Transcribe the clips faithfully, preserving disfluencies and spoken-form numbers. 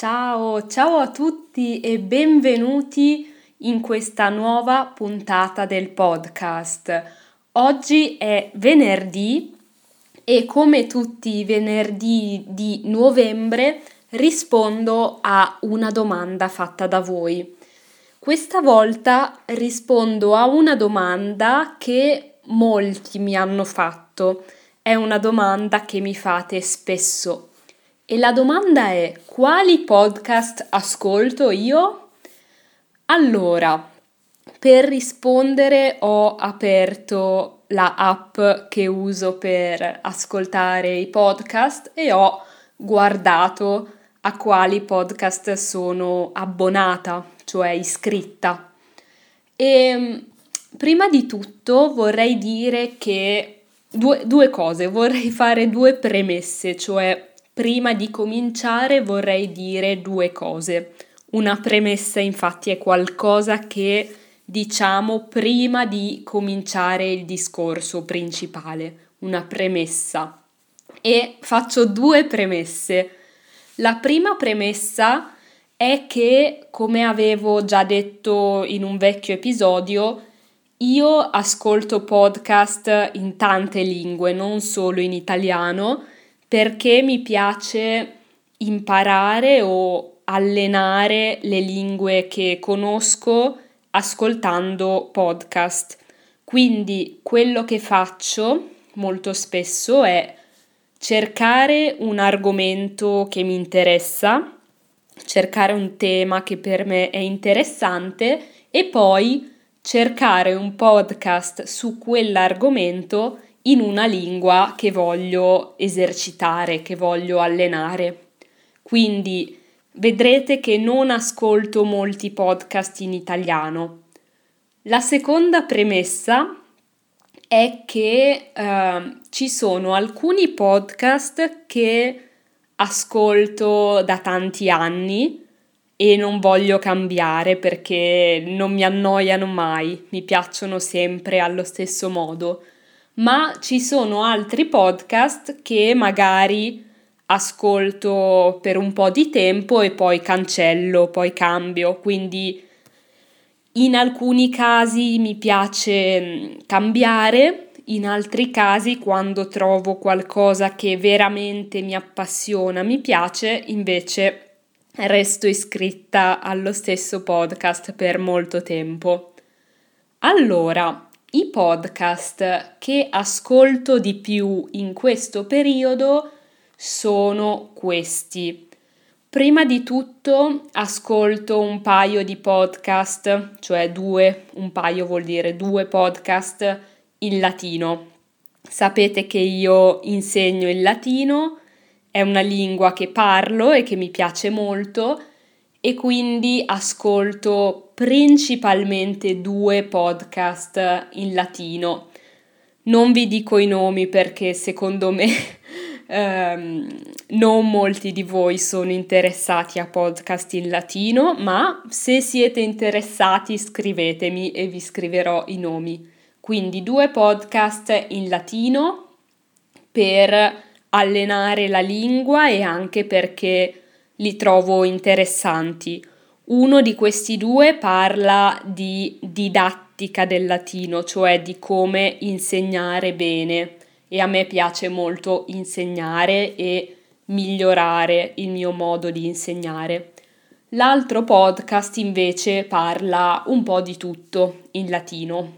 Ciao, ciao a tutti e benvenuti in questa nuova puntata del podcast. Oggi è venerdì e come tutti i venerdì di novembre rispondo a una domanda fatta da voi. Questa volta rispondo a una domanda che molti mi hanno fatto. È una domanda che mi fate spesso. E la domanda è: quali podcast ascolto io? Allora, per rispondere ho aperto la app che uso per ascoltare i podcast e ho guardato a quali podcast sono abbonata, cioè iscritta. E prima di tutto vorrei dire che due, due cose, vorrei fare due premesse, cioè prima di cominciare vorrei dire due cose. Una premessa infatti è qualcosa che diciamo prima di cominciare il discorso principale, una premessa. E faccio due premesse. La prima premessa è che, come avevo già detto in un vecchio episodio, io ascolto podcast in tante lingue, non solo in italiano, perché mi piace imparare o allenare le lingue che conosco ascoltando podcast. Quindi quello che faccio molto spesso è cercare un argomento che mi interessa, cercare un tema che per me è interessante e poi cercare un podcast su quell'argomento in una lingua che voglio esercitare, che voglio allenare. Quindi vedrete che non ascolto molti podcast in italiano. La seconda premessa è che eh, ci sono alcuni podcast che ascolto da tanti anni e non voglio cambiare perché non mi annoiano mai, mi piacciono sempre allo stesso modo. Ma ci sono altri podcast che magari ascolto per un po' di tempo e poi cancello, poi cambio, quindi in alcuni casi mi piace cambiare, in altri casi quando trovo qualcosa che veramente mi appassiona, mi piace, invece resto iscritta allo stesso podcast per molto tempo. Allora, i podcast che ascolto di più in questo periodo sono questi. Prima di tutto ascolto un paio di podcast, cioè due, un paio vuol dire due podcast in latino. Sapete che io insegno il latino, è una lingua che parlo e che mi piace molto e quindi ascolto principalmente due podcast in latino. Non vi dico i nomi perché secondo me ehm, non molti di voi sono interessati a podcast in latino, ma se siete interessati scrivetemi e vi scriverò i nomi. Quindi due podcast in latino per allenare la lingua e anche perché li trovo interessanti. Uno di questi due parla di didattica del latino, cioè di come insegnare bene, e a me piace molto insegnare e migliorare il mio modo di insegnare. L'altro podcast invece parla un po' di tutto in latino.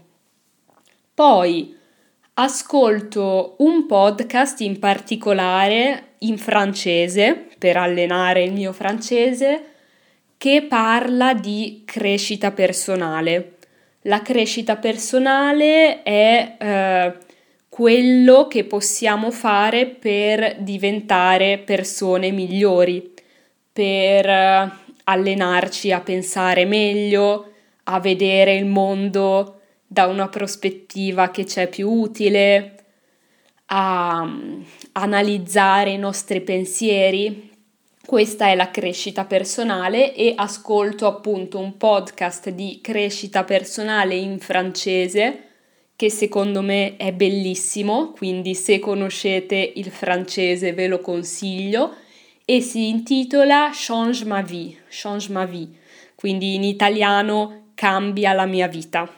Poi ascolto un podcast in particolare in francese per allenare il mio francese che parla di crescita personale. La crescita personale è eh, quello che possiamo fare per diventare persone migliori, per eh, allenarci a pensare meglio, a vedere il mondo da una prospettiva che c'è più utile, a um, analizzare i nostri pensieri. Questa è la crescita personale e ascolto appunto un podcast di crescita personale in francese che secondo me è bellissimo, quindi se conoscete il francese ve lo consiglio e si intitola Change ma vie, Change ma vie, quindi in italiano Cambia la mia vita.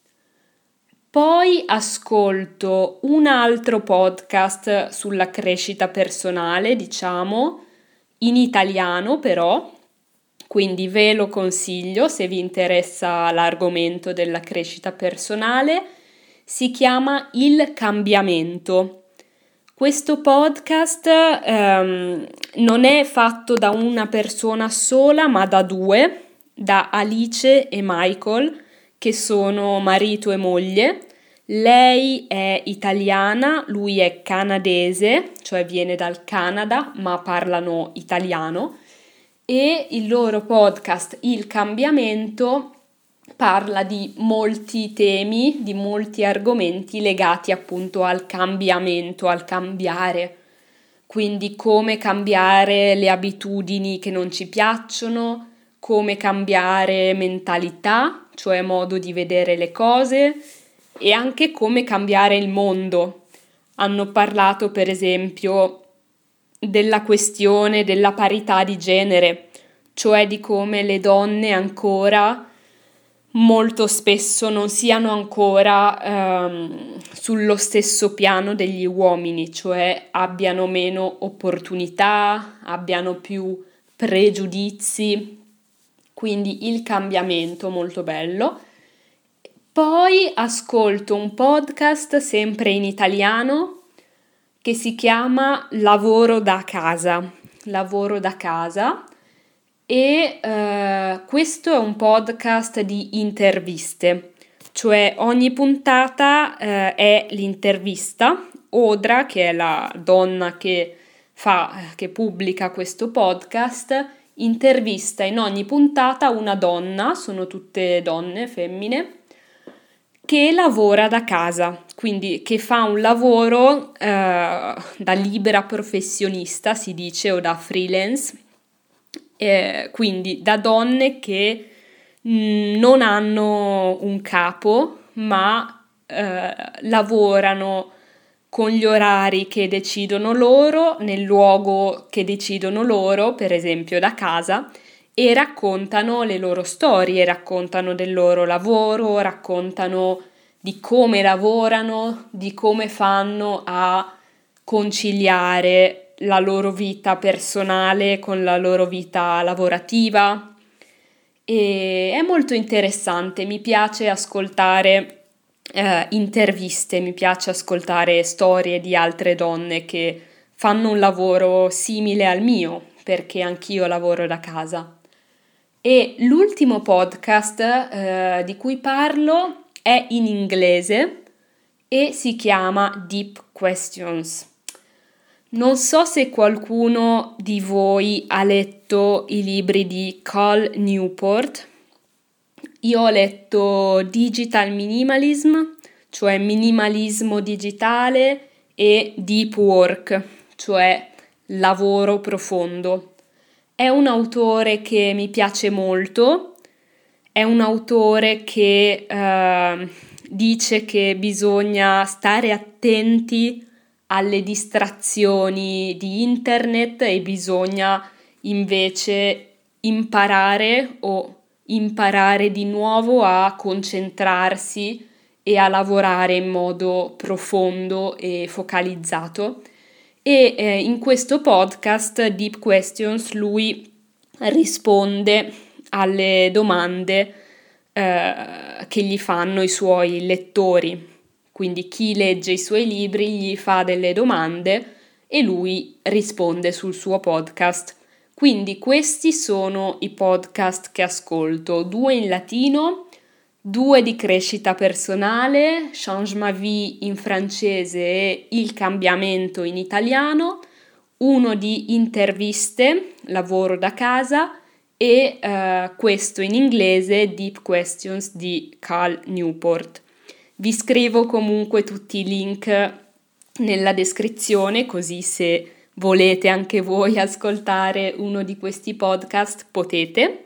Poi ascolto un altro podcast sulla crescita personale, diciamo, in italiano però, quindi ve lo consiglio se vi interessa l'argomento della crescita personale. Si chiama Il Cambiamento. Questo podcast ehm, non è fatto da una persona sola, ma da due, da Alice e Michael, che sono marito e moglie. Lei è italiana, lui è canadese, cioè viene dal Canada, ma parlano italiano, e il loro podcast Il Cambiamento parla di molti temi, di molti argomenti legati appunto al cambiamento, al cambiare. Quindi come cambiare le abitudini che non ci piacciono, come cambiare mentalità, cioè modo di vedere le cose, e anche come cambiare il mondo. Hanno parlato per esempio della questione della parità di genere, cioè di come le donne ancora molto spesso non siano ancora ehm, sullo stesso piano degli uomini, cioè abbiano meno opportunità, abbiano più pregiudizi, quindi il cambiamento molto bello. Poi ascolto un podcast sempre in italiano che si chiama Lavoro da casa, Lavoro da casa. E uh, questo è un podcast di interviste, cioè ogni puntata uh, è l'intervista. Odra, che è la donna che fa, che pubblica questo podcast, intervista in ogni puntata una donna, sono tutte donne, femmine, che lavora da casa, quindi che fa un lavoro uh, da libera professionista, si dice, o da freelance. Eh, quindi da donne che mh, non hanno un capo, ma eh, lavorano con gli orari che decidono loro, nel luogo che decidono loro, per esempio da casa, e raccontano le loro storie, raccontano del loro lavoro, raccontano di come lavorano, di come fanno a conciliare la loro vita personale con la loro vita lavorativa, e è molto interessante. Mi piace ascoltare eh, interviste, mi piace ascoltare storie di altre donne che fanno un lavoro simile al mio, perché anch'io lavoro da casa. E l'ultimo podcast eh, di cui parlo è in inglese e si chiama Deep Questions. Non so se qualcuno di voi ha letto i libri di Cal Newport. Io ho letto Digital Minimalism, cioè minimalismo digitale, e Deep Work, cioè lavoro profondo. È un autore che mi piace molto, è un autore che eh, dice che bisogna stare attenti alle distrazioni di internet e bisogna invece imparare o imparare di nuovo a concentrarsi e a lavorare in modo profondo e focalizzato. E eh, in questo podcast Deep Questions lui risponde alle domande eh, che gli fanno i suoi lettori. Quindi chi legge i suoi libri gli fa delle domande e lui risponde sul suo podcast. Quindi questi sono i podcast che ascolto, due in latino, due di crescita personale, Change ma vie in francese e Il Cambiamento in italiano, uno di interviste, lavoro da casa, e uh, questo in inglese, Deep Questions di Cal Newport. Vi scrivo comunque tutti i link nella descrizione, così se volete anche voi ascoltare uno di questi podcast potete.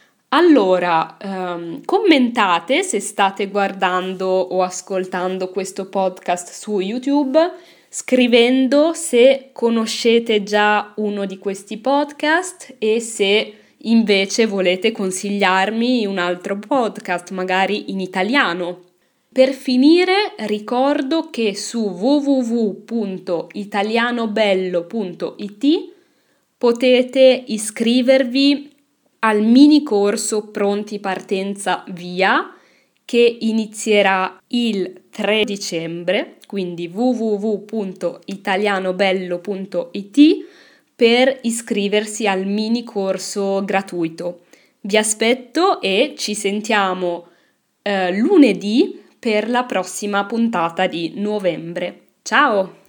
Allora, um, commentate se state guardando o ascoltando questo podcast su YouTube, scrivendo se conoscete già uno di questi podcast e se invece volete consigliarmi un altro podcast, magari in italiano. Per finire, ricordo che su w w w punto italianobello punto i t potete iscrivervi al mini corso Pronti Partenza Via, che inizierà il tre dicembre, quindi w w w punto italianobello punto i t per iscriversi al mini corso gratuito. Vi aspetto e ci sentiamo eh, lunedì per la prossima puntata di novembre. Ciao!